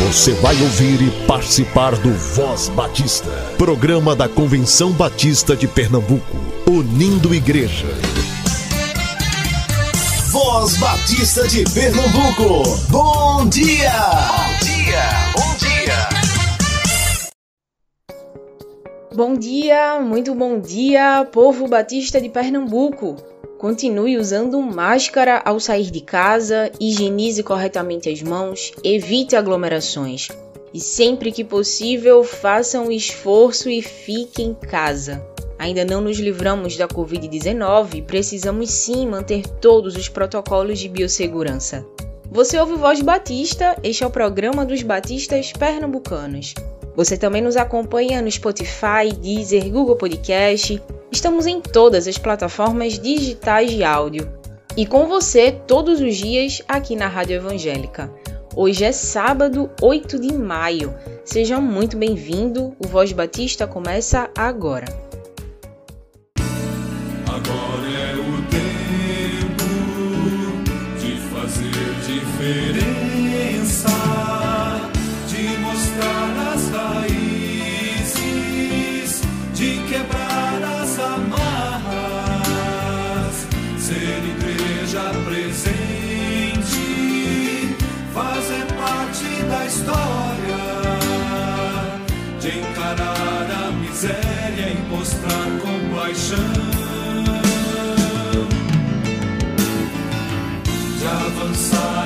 Você vai ouvir e participar do Voz Batista, programa da Convenção Batista de Pernambuco, unindo igreja. Voz Batista de Pernambuco, bom dia! Bom dia, bom dia! Bom dia, muito bom dia, povo batista de Pernambuco. Continue usando máscara ao sair de casa, higienize corretamente as mãos, evite aglomerações. E sempre que possível, faça um esforço e fique em casa. Ainda não nos livramos da Covid-19, precisamos sim manter todos os protocolos de biossegurança. Você ouve Voz Batista, este é o programa dos batistas pernambucanos. Você também nos acompanha no Spotify, Deezer, Google Podcast. Estamos em todas as plataformas digitais de áudio. E com você todos os dias aqui na Rádio Evangélica. Hoje é sábado, 8 de maio. Seja muito bem-vindo. O Voz Batista começa agora. Agora é o tempo de fazer diferença, de mostrar as raízes, de quebrar as amarras, ser igreja presente, fazer parte da história, de encarar a miséria e mostrar compaixão, de avançar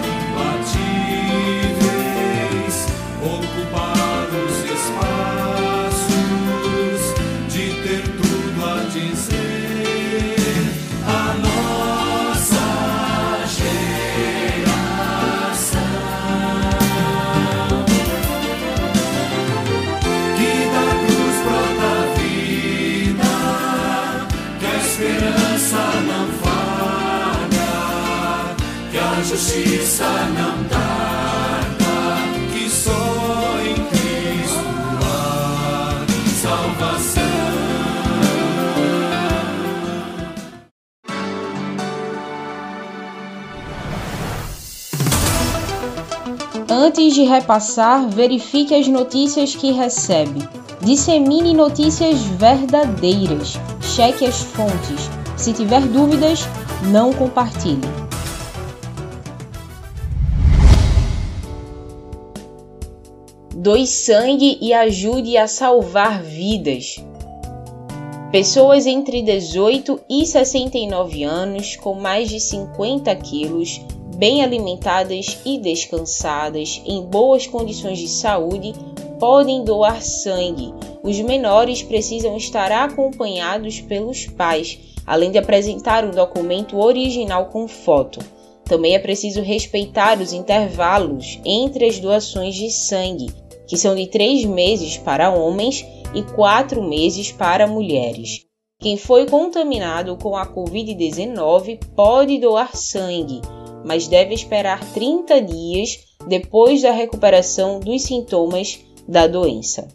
imbatíveis, ocupar os espaços, de ter tudo a dizer, a nossa geração, que da cruz brota a vida, que a esperança não falha, que a justiça não tarda, que só em Cristo há salvação. Antes de repassar, verifique as notícias que recebe. Dissemine notícias verdadeiras. Cheque as fontes. Se tiver dúvidas, não compartilhe. Doe sangue e ajude a salvar vidas. Pessoas entre 18 e 69 anos com mais de 50 quilos, bem alimentadas e descansadas, em boas condições de saúde, podem doar sangue. Os menores precisam estar acompanhados pelos pais, além de apresentar um documento original com foto. Também é preciso respeitar os intervalos entre as doações de sangue, que são de 3 meses para homens e 4 meses para mulheres. Quem foi contaminado com a Covid-19 pode doar sangue, mas deve esperar 30 dias depois da recuperação dos sintomas da doença.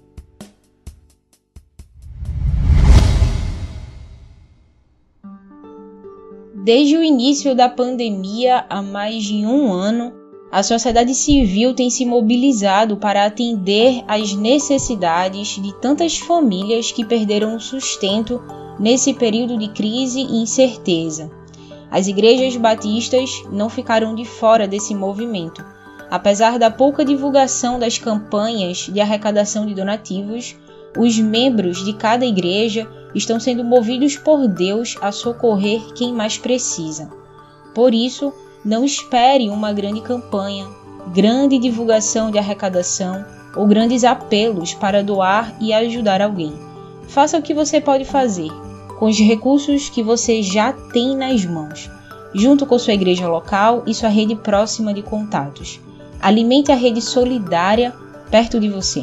Desde o início da pandemia, há mais de um ano, a sociedade civil tem se mobilizado para atender às necessidades de tantas famílias que perderam o sustento nesse período de crise e incerteza. As igrejas batistas não ficaram de fora desse movimento. Apesar da pouca divulgação das campanhas de arrecadação de donativos, os membros de cada igreja estão sendo movidos por Deus a socorrer quem mais precisa. Por isso, não espere uma grande campanha, grande divulgação de arrecadação ou grandes apelos para doar e ajudar alguém. Faça o que você pode fazer, com os recursos que você já tem nas mãos, junto com sua igreja local e sua rede próxima de contatos. Alimente a rede solidária perto de você.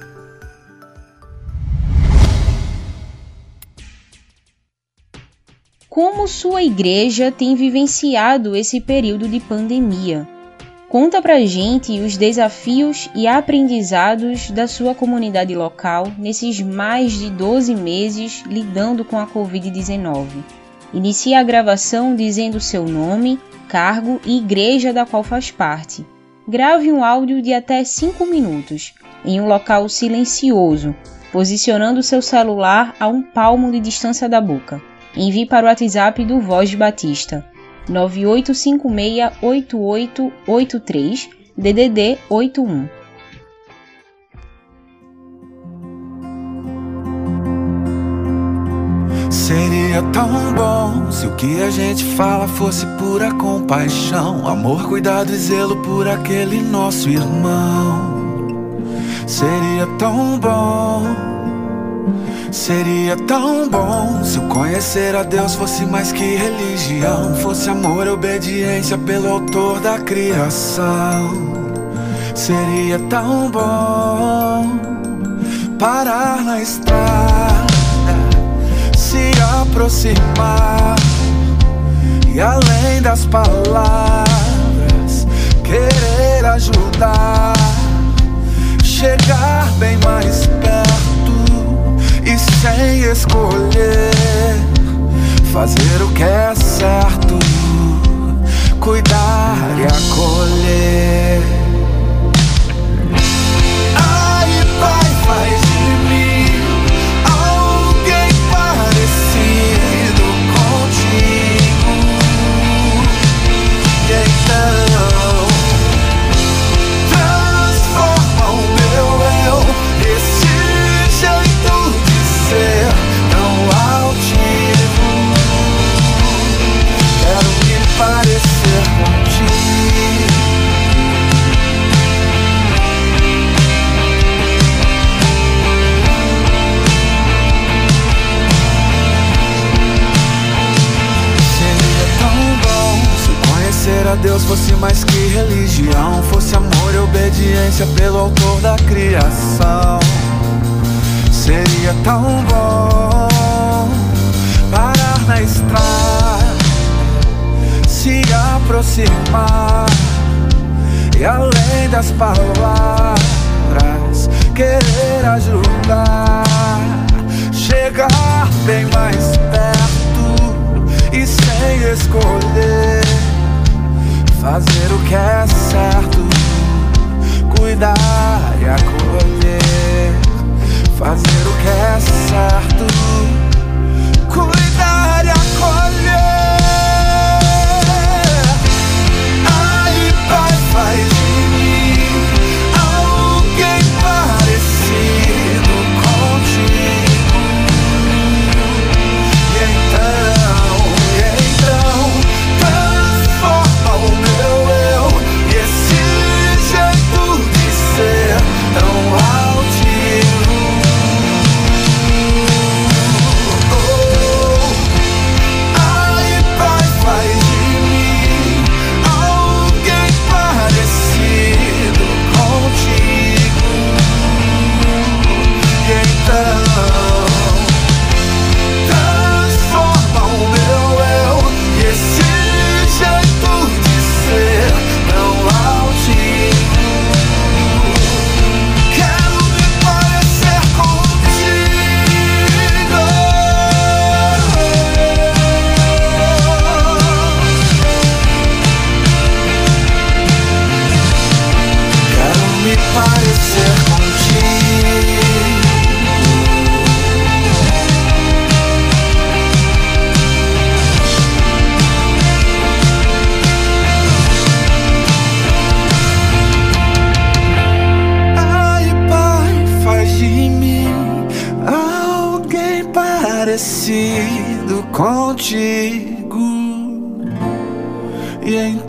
Como sua igreja tem vivenciado esse período de pandemia? Conta pra gente os desafios e aprendizados da sua comunidade local nesses mais de 12 meses lidando com a Covid-19. Inicie a gravação dizendo seu nome, cargo e igreja da qual faz parte. grave um áudio de até 5 minutos, em um local silencioso, posicionando seu celular a 1 palmo de distância da boca. Envie para o WhatsApp do Voz Batista, 98568883, DDD 81. Seria tão bom se o que a gente fala fosse pura compaixão, amor, cuidado e zelo por aquele nosso irmão. Seria tão bom se o conhecer a Deus fosse mais que religião, fosse amor e obediência pelo autor da criação. Seria tão bom parar na estrada, se aproximar e além das palavras querer ajudar, chegar bem mais perto e sem escolher fazer o que é certo, cuidar e acolher. Ai, Pai, faz de mim alguém parecido contigo. E então transforma o meu eu, esse jeito de ser tão altivo. Quero me parecer contigo. Seria tão bom se conhecer a Deus fosse mais que religião, fosse amor e obediência pelo autor da criação. Seria tão bom parar na estrada, se aproximar e além das palavras querer ajudar, chegar bem mais perto e sem escolher fazer o que é certo, cuidar e acolher. Fazer o que é certo, cuidar e acolher. Ai, Pai, faz de mim alguém parecido contigo. E então transforma o meu eu e esse jeito de ser tão altivo. Ai, Pai, faz de mim alguém parecido contigo. E então transforma o meu eu e esse jeito de ser tão altivo. Quero me parecer contigo. Quero me parecer contigo. Ai, Pai, faz de mim alguém parecido contigo. E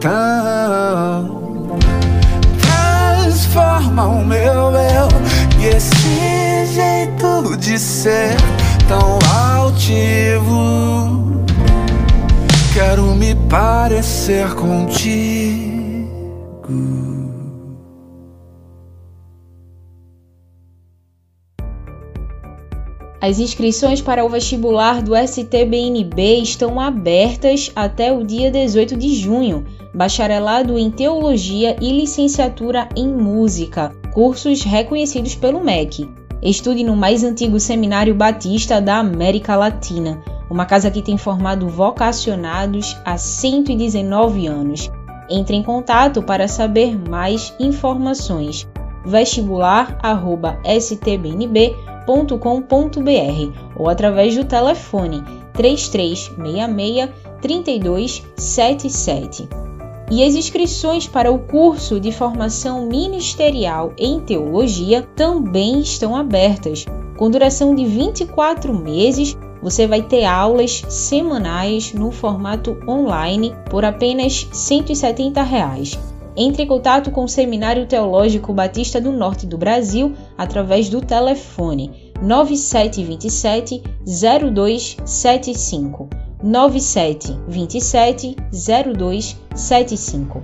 então transforma o meu eu e esse jeito de ser tão altivo. Quero me parecer contigo. As inscrições para o vestibular do STBNB estão abertas até o dia 18 de junho. Bacharelado em Teologia e Licenciatura em Música, cursos reconhecidos pelo MEC. Estude no mais antigo seminário batista da América Latina, uma casa que tem formado vocacionados há 119 anos. Entre em contato para saber mais informações. vestibular@stbnb.com.br ou através do telefone 3366-3277. E as inscrições para o curso de formação ministerial em teologia também estão abertas. Com duração de 24 meses, você vai ter aulas semanais no formato online por apenas R$ 170. Entre em contato com o Seminário Teológico Batista do Norte do Brasil através do telefone 9727-0275. 9727-0275.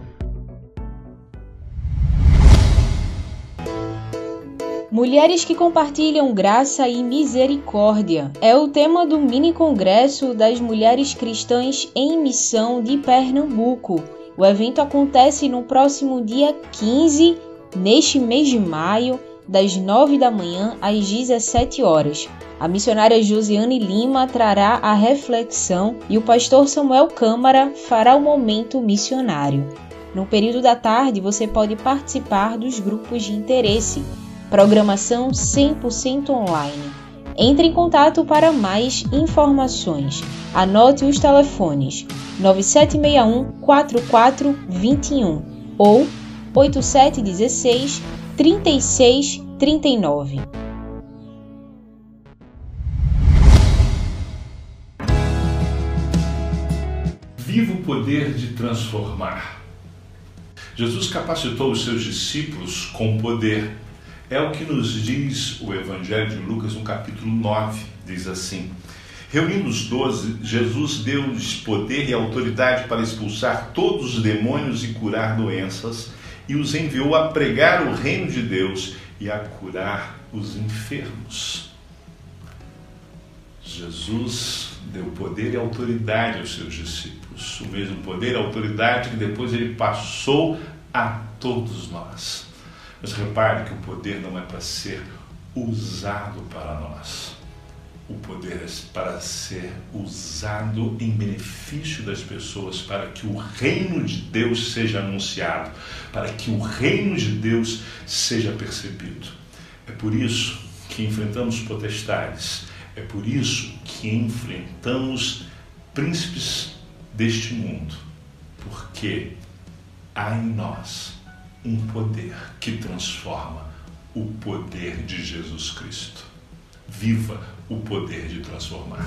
Mulheres que compartilham graça e misericórdia é o tema do mini congresso das mulheres cristãs em missão de Pernambuco. O evento acontece no próximo dia 15, neste mês de maio, das 9 da manhã às 17 horas. A missionária Josiane Lima trará a reflexão e o pastor Samuel Câmara fará o momento missionário. No período da tarde, você pode participar dos grupos de interesse. Programação 100% online. Entre em contato para mais informações. Anote os telefones 9761-4421 ou 8716-3639. Viva o poder de transformar. Jesus capacitou os seus discípulos com poder. É o que nos diz o Evangelho de Lucas no capítulo 9, diz assim: reunindo os 12, Jesus deu-lhes poder e autoridade para expulsar todos os demônios e curar doenças, e os enviou a pregar o reino de Deus e a curar os enfermos. Jesus deu poder e autoridade aos seus discípulos, o mesmo poder e autoridade que depois ele passou a todos nós. Mas repare que o poder não é para ser usado para nós. O poder é para ser usado em benefício das pessoas, para que o reino de Deus seja anunciado, para que o reino de Deus seja percebido. É por isso que enfrentamos potestades, é por isso que enfrentamos príncipes deste mundo, porque há em nós um poder que transforma, o poder de Jesus Cristo. Viva o poder de transformar.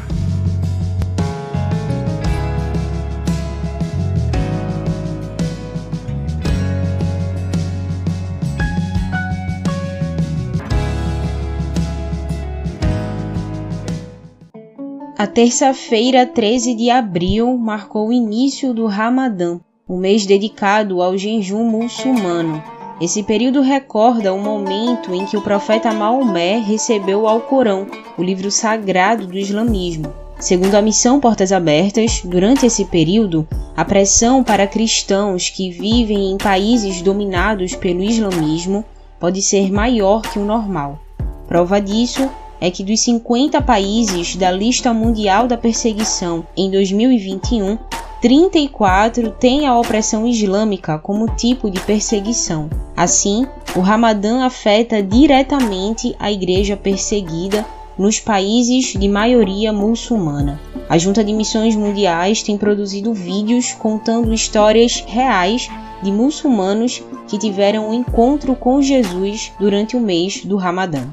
A terça-feira, 13 de abril, marcou o início do Ramadã, o mês dedicado ao jejum muçulmano. Esse período recorda o momento em que o profeta Maomé recebeu o Alcorão, o livro sagrado do islamismo. Segundo a missão Portas Abertas, durante esse período, a pressão para cristãos que vivem em países dominados pelo islamismo pode ser maior que o normal. Prova disso é que dos 50 países da lista mundial da perseguição em 2021, 34 têm a opressão islâmica como tipo de perseguição. Assim, o Ramadã afeta diretamente a igreja perseguida nos países de maioria muçulmana. A Junta de Missões Mundiais tem produzido vídeos contando histórias reais de muçulmanos que tiveram um encontro com Jesus durante o mês do Ramadã.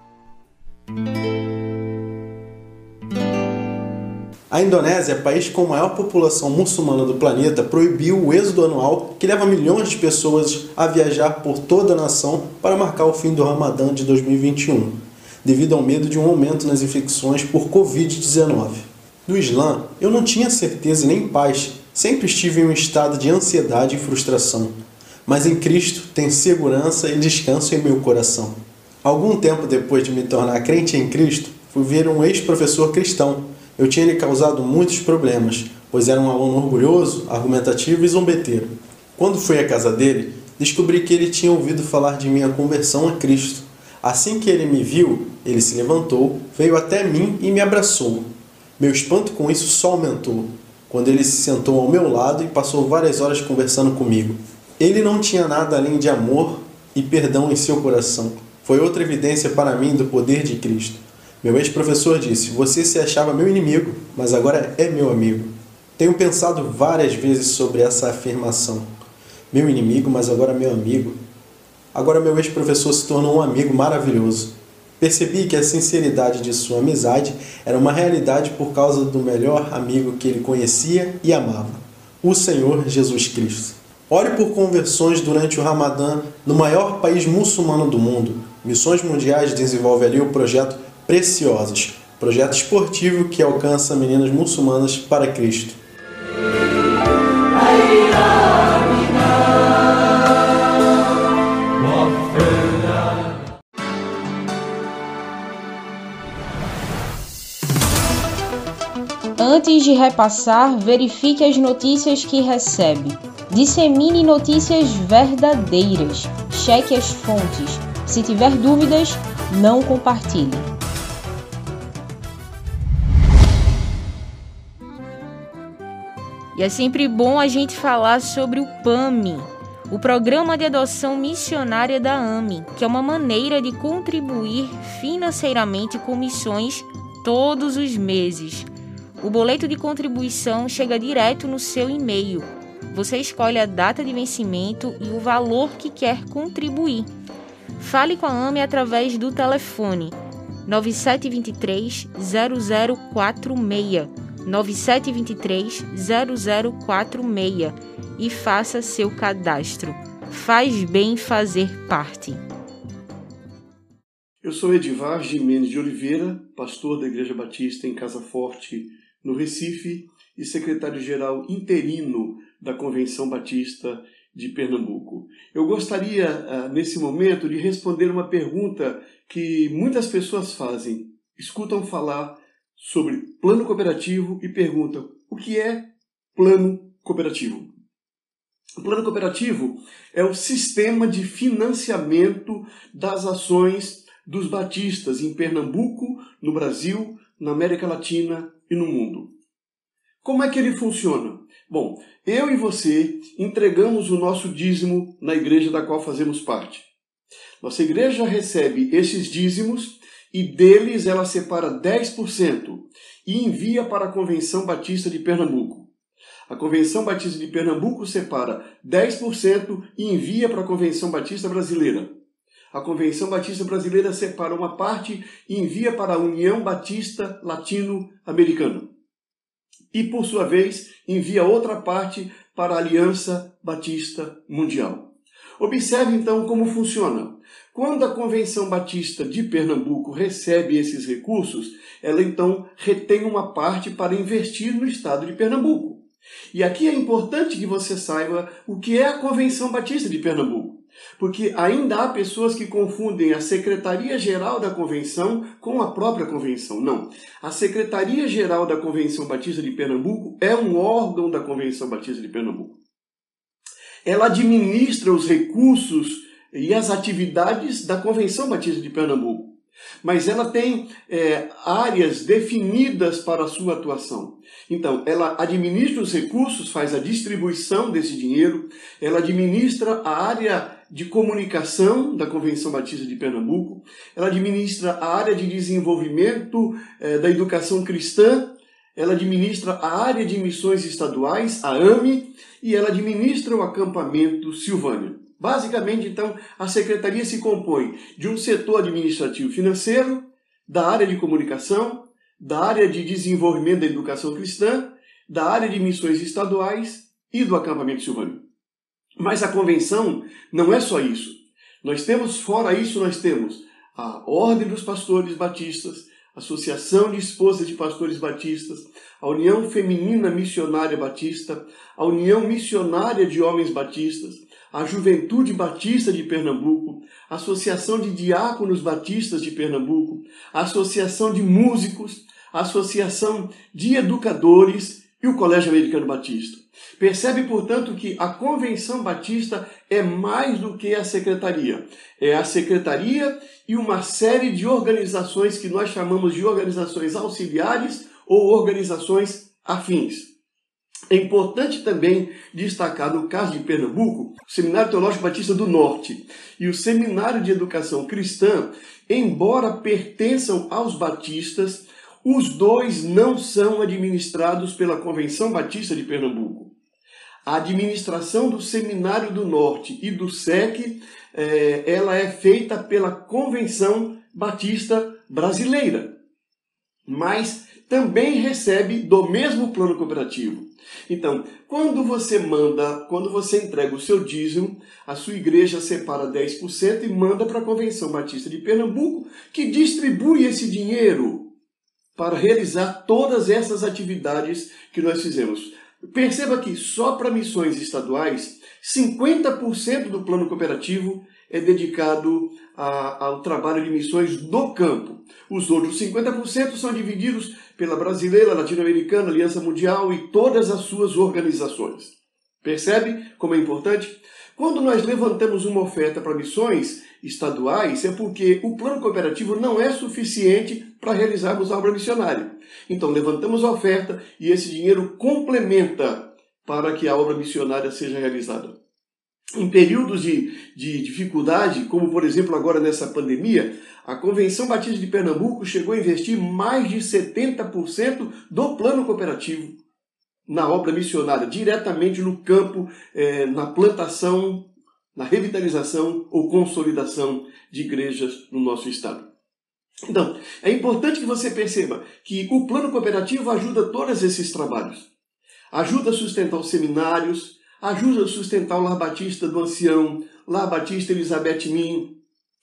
A Indonésia, país com a maior população muçulmana do planeta, proibiu o êxodo anual que leva milhões de pessoas a viajar por toda a nação para marcar o fim do Ramadã de 2021, devido ao medo de um aumento nas infecções por Covid-19. No Islã, eu não tinha certeza nem paz, sempre estive em um estado de ansiedade e frustração, mas em Cristo tenho segurança e descanso em meu coração. Algum tempo depois de me tornar crente em Cristo, fui ver um ex-professor cristão. Eu tinha lhe causado muitos problemas, pois era um aluno orgulhoso, argumentativo e zombeteiro. Quando fui à casa dele, descobri que ele tinha ouvido falar de minha conversão a Cristo. Assim que ele me viu, ele se levantou, veio até mim e me abraçou. Meu espanto com isso só aumentou. quando ele se sentou ao meu lado e passou várias horas conversando comigo. Ele não tinha nada além de amor e perdão em seu coração. Foi outra evidência para mim do poder de Cristo. Meu ex-professor disse: você se achava meu inimigo, mas agora é meu amigo. Tenho pensado várias vezes sobre essa afirmação. Meu inimigo, mas agora meu amigo. Agora meu ex-professor se tornou um amigo maravilhoso. Percebi que a sinceridade de sua amizade era uma realidade por causa do melhor amigo que ele conhecia e amava, o Senhor Jesus Cristo. Ore por conversões durante o Ramadã no maior país muçulmano do mundo. Missões Mundiais desenvolve ali o projeto Preciosas, projeto esportivo que alcança meninas muçulmanas para Cristo. Antes de repassar, verifique as notícias que recebe. Dissemine notícias verdadeiras. Cheque as fontes. Se tiver dúvidas, não compartilhe. E é sempre bom a gente falar sobre o PAMI, o Programa de Adoção Missionária da AME, que é uma maneira de contribuir financeiramente com missões todos os meses. O boleto de contribuição chega direto no seu e-mail. Você escolhe a data de vencimento e o valor que quer contribuir. Fale com a AME através do telefone 9723 0046, 9723 0046 e faça seu cadastro. Faz bem fazer parte. Eu sou Edivar Gimenez de Oliveira, pastor da Igreja Batista em Casa Forte, no Recife, e secretário-geral interino da Convenção Batista de Pernambuco. Eu gostaria, nesse momento, de responder uma pergunta que muitas pessoas fazem. Escutam falar sobre plano cooperativo e perguntam: o que é plano cooperativo? O plano cooperativo é o sistema de financiamento das ações dos batistas em Pernambuco, no Brasil, na América Latina e no mundo. Como é que ele funciona? Bom, eu e você entregamos o nosso dízimo na igreja da qual fazemos parte. Nossa igreja recebe esses dízimos e deles ela separa 10% e envia para a Convenção Batista de Pernambuco. A Convenção Batista de Pernambuco separa 10% e envia para a Convenção Batista Brasileira. A Convenção Batista Brasileira separa uma parte e envia para a União Batista Latino-Americana. E, por sua vez, envia outra parte para a Aliança Batista Mundial. Observe, então, como funciona. Quando a Convenção Batista de Pernambuco recebe esses recursos, ela, então, retém uma parte para investir no estado de Pernambuco. E aqui é importante que você saiba o que é a Convenção Batista de Pernambuco. Porque ainda há pessoas que confundem a Secretaria-Geral da Convenção com a própria Convenção. Não. A Secretaria-Geral da Convenção Batista de Pernambuco é um órgão da Convenção Batista de Pernambuco. Ela administra os recursos e as atividades da Convenção Batista de Pernambuco. Mas ela tem áreas definidas para a sua atuação. Então, ela administra os recursos, faz a distribuição desse dinheiro, ela administra a área de comunicação da Convenção Batista de Pernambuco, ela administra a área de desenvolvimento da educação cristã, ela administra a área de missões estaduais, a AME, e ela administra o acampamento Silvânia. Basicamente, então, a secretaria se compõe de um setor administrativo financeiro, da área de comunicação, da área de desenvolvimento da educação cristã, da área de missões estaduais e do acampamento Silvânia. Mas a convenção não é só isso. Fora isso, nós temos a Ordem dos Pastores Batistas, a Associação de Esposas de Pastores Batistas, a União Feminina Missionária Batista, a União Missionária de Homens Batistas, a Juventude Batista de Pernambuco, a Associação de Diáconos Batistas de Pernambuco, a Associação de Músicos, a Associação de Educadores e o Colégio Americano Batista. Percebe, portanto, que a Convenção Batista é mais do que a secretaria. É a secretaria e uma série de organizações que nós chamamos de organizações auxiliares ou organizações afins. É importante também destacar, no caso de Pernambuco, o Seminário Teológico Batista do Norte e o Seminário de Educação Cristã, embora pertençam aos batistas, os dois não são administrados pela Convenção Batista de Pernambuco. A administração do Seminário do Norte e do SEC, ela é feita pela Convenção Batista Brasileira, mas também recebe do mesmo plano cooperativo. Então, quando você entrega o seu dízimo, a sua igreja separa 10% e manda para a Convenção Batista de Pernambuco, que distribui esse dinheiro para realizar todas essas atividades que nós fizemos. Perceba que só para missões estaduais, 50% do plano cooperativo é dedicado ao trabalho de missões no campo. Os outros 50% são divididos pela Brasileira, Latino-Americana, Aliança Mundial e todas as suas organizações. Percebe como é importante? Quando nós levantamos uma oferta para missões estaduais, é porque o plano cooperativo não é suficiente para realizarmos a obra missionária. Então, levantamos a oferta e esse dinheiro complementa para que a obra missionária seja realizada. Em períodos de dificuldade, como por exemplo agora nessa pandemia, a Convenção Batista de Pernambuco chegou a investir mais de 70% do plano cooperativo na obra missionária, diretamente no campo, na plantação, na revitalização ou consolidação de igrejas no nosso estado. Então, é importante que você perceba que o plano cooperativo ajuda todos esses trabalhos. Ajuda a sustentar os seminários, ajuda a sustentar o Lar Batista do Ancião, Lar Batista Elizabeth Min,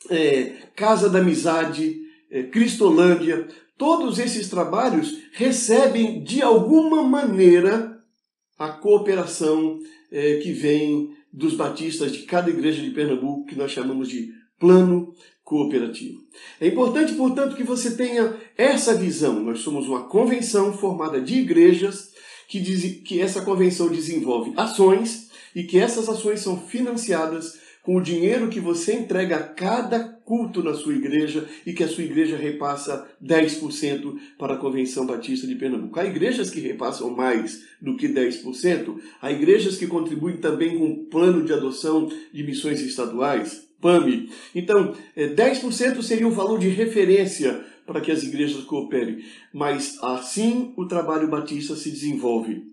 Casa da Amizade, Cristolândia. Todos esses trabalhos recebem, de alguma maneira, a cooperação que vem dos batistas de cada igreja de Pernambuco, que nós chamamos de plano cooperativo. É importante, portanto, que você tenha essa visão. Nós somos uma convenção formada de igrejas, que essa convenção desenvolve ações e que essas ações são financiadas com o dinheiro que você entrega a cada culto na sua igreja e que a sua igreja repassa 10% para a Convenção Batista de Pernambuco. Há igrejas que repassam mais do que 10%, há igrejas que contribuem também com o plano de adoção de missões estaduais, PAMI. Então, 10% seria o valor de referência para que as igrejas cooperem. Mas assim o trabalho batista se desenvolve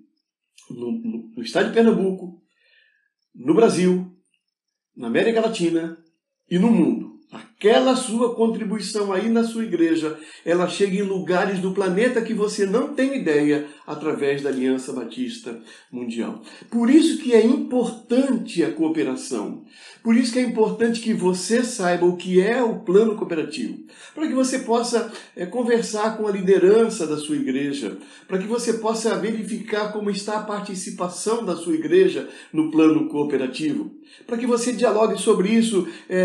no estado de Pernambuco, no Brasil, na América Latina e no mundo. Aquela sua contribuição aí na sua igreja, ela chega em lugares do planeta que você não tem ideia através da Aliança Batista Mundial. Por isso que é importante a cooperação. Por isso que é importante que você saiba o que é o plano cooperativo. Para que você possa conversar com a liderança da sua igreja. Para que você possa verificar como está a participação da sua igreja no plano cooperativo. Para que você dialogue sobre isso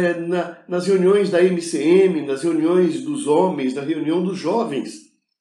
nas reuniões da MCM, nas reuniões dos homens, na reunião dos jovens.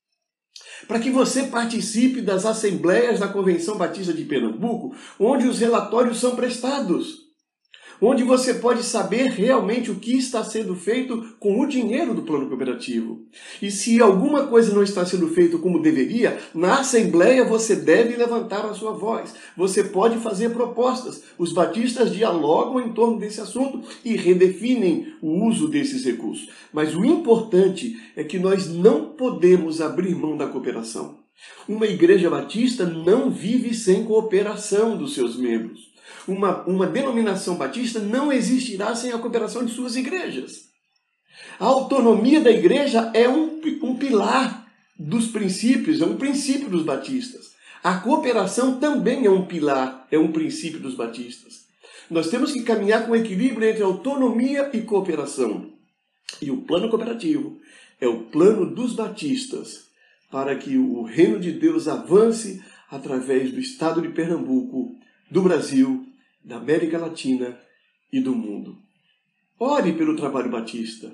Para que você participe das assembleias da Convenção Batista de Pernambuco, onde os relatórios são prestados. Onde você pode saber realmente o que está sendo feito com o dinheiro do plano cooperativo. E se alguma coisa não está sendo feita como deveria, na Assembleia você deve levantar a sua voz. Você pode fazer propostas. Os batistas dialogam em torno desse assunto e redefinem o uso desses recursos. Mas o importante é que nós não podemos abrir mão da cooperação. Uma igreja batista não vive sem cooperação dos seus membros. Uma denominação batista não existirá sem a cooperação de suas igrejas. A autonomia da igreja é um pilar dos princípios, é um princípio dos batistas. A cooperação também é um pilar, é um princípio dos batistas. Nós temos que caminhar com equilíbrio entre autonomia e cooperação. E o plano cooperativo é o plano dos batistas para que o reino de Deus avance através do estado de Pernambuco, do Brasil, da América Latina e do mundo. Ore pelo trabalho batista.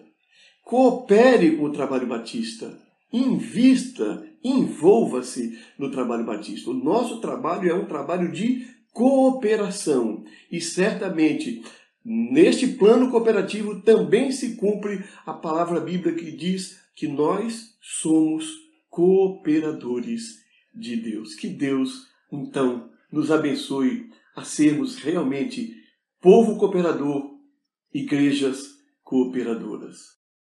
Coopere com o trabalho batista. Invista, envolva-se no trabalho batista. O nosso trabalho é um trabalho de cooperação. E certamente, neste plano cooperativo também se cumpre a palavra bíblica que diz que nós somos cooperadores de Deus. Que Deus Então, nos abençoe a sermos realmente povo cooperador, igrejas cooperadoras.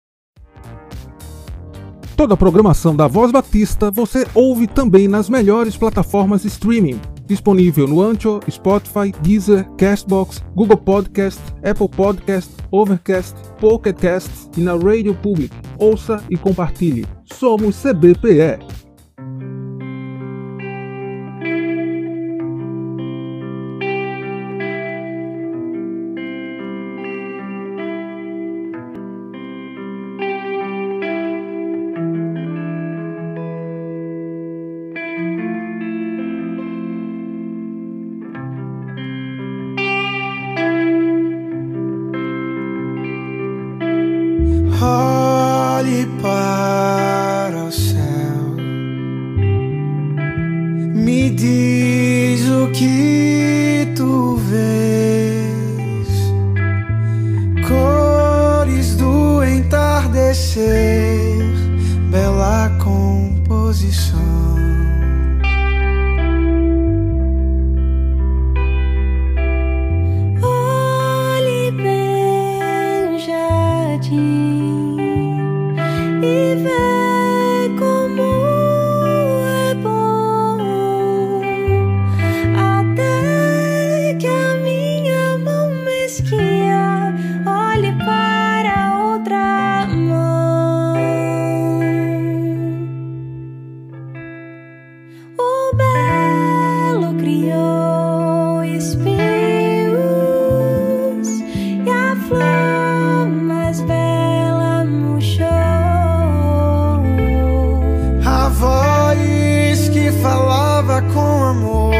Toda a programação da Voz Batista você ouve também nas melhores plataformas de streaming. Disponível no Anchor, Spotify, Deezer, Castbox, Google Podcast, Apple Podcast, Overcast, Pocket Cast e na Radio Public. Ouça e compartilhe. Somos CBPE. Olhe para o céu, me diz o que tu vês, cores do entardecer, bela composição. Olhe bem, jardim, e vê como é bom, até que a minha mão mesquinha olhe para outra mão. O belo criou espinhos e a flor mais bela murchou. A voz que falava com amor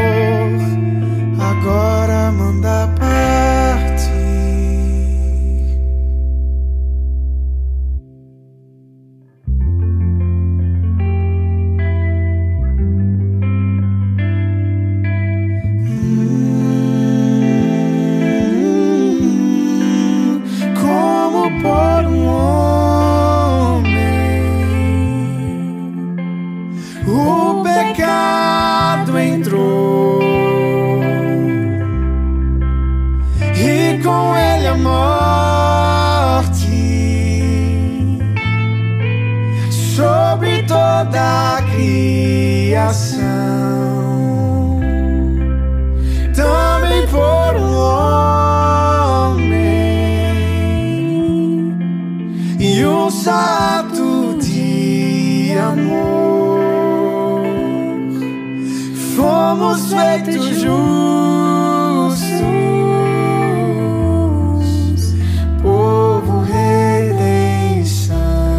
agora manda partir. Como por homem o pecado entrou e com ele a morte sobre toda a criação. Também por homem e um ato de amor fomos feitos justos, povo redenção.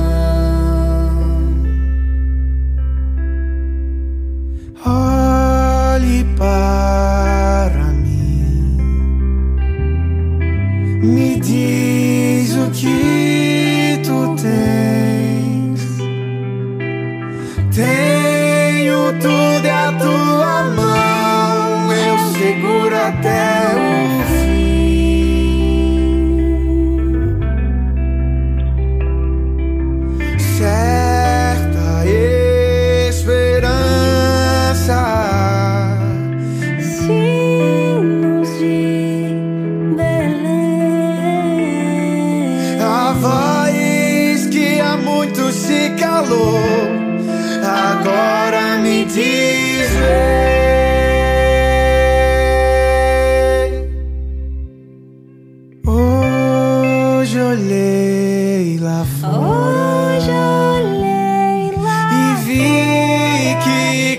Olhe para mim, me diz o que tu tens. Tenho tudo à tua mão, eu seguro até o fim. Certa esperança, Sinos de Belém. a voz que há muito se calou agora me diz vem. Hoje olhei lá fora, Hoje olhei lá e vi que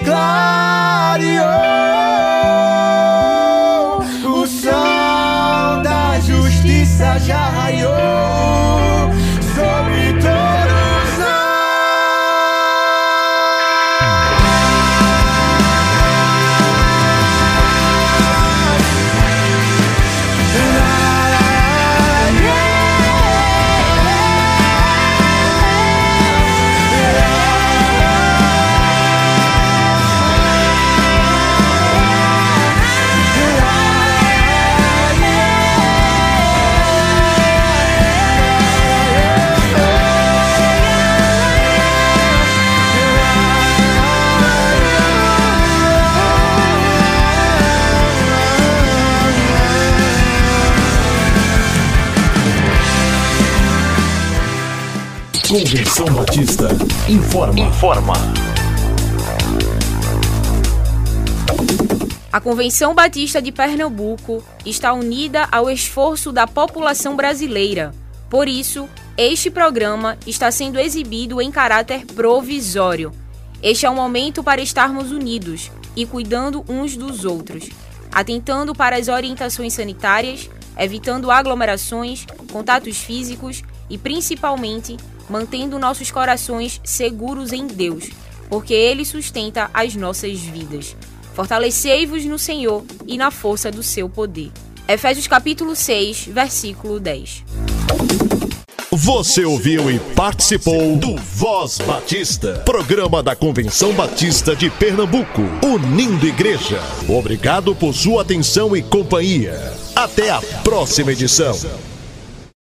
clareou, o sol da justiça já raiou sobre todos nós. Convenção Batista informa. A Convenção Batista de Pernambuco está unida ao esforço da população brasileira. Por isso, este programa está sendo exibido em caráter provisório. Este é um momento para estarmos unidos e cuidando uns dos outros, atentando para as orientações sanitárias, evitando aglomerações, contatos físicos e, principalmente, mantendo nossos corações seguros em Deus, porque Ele sustenta as nossas vidas. Fortalecei-vos no Senhor e na força do seu poder. Efésios capítulo 6, versículo 10. Você ouviu e participou do Voz Batista, programa da Convenção Batista de Pernambuco, unindo igreja. Obrigado por sua atenção e companhia. Até a próxima edição.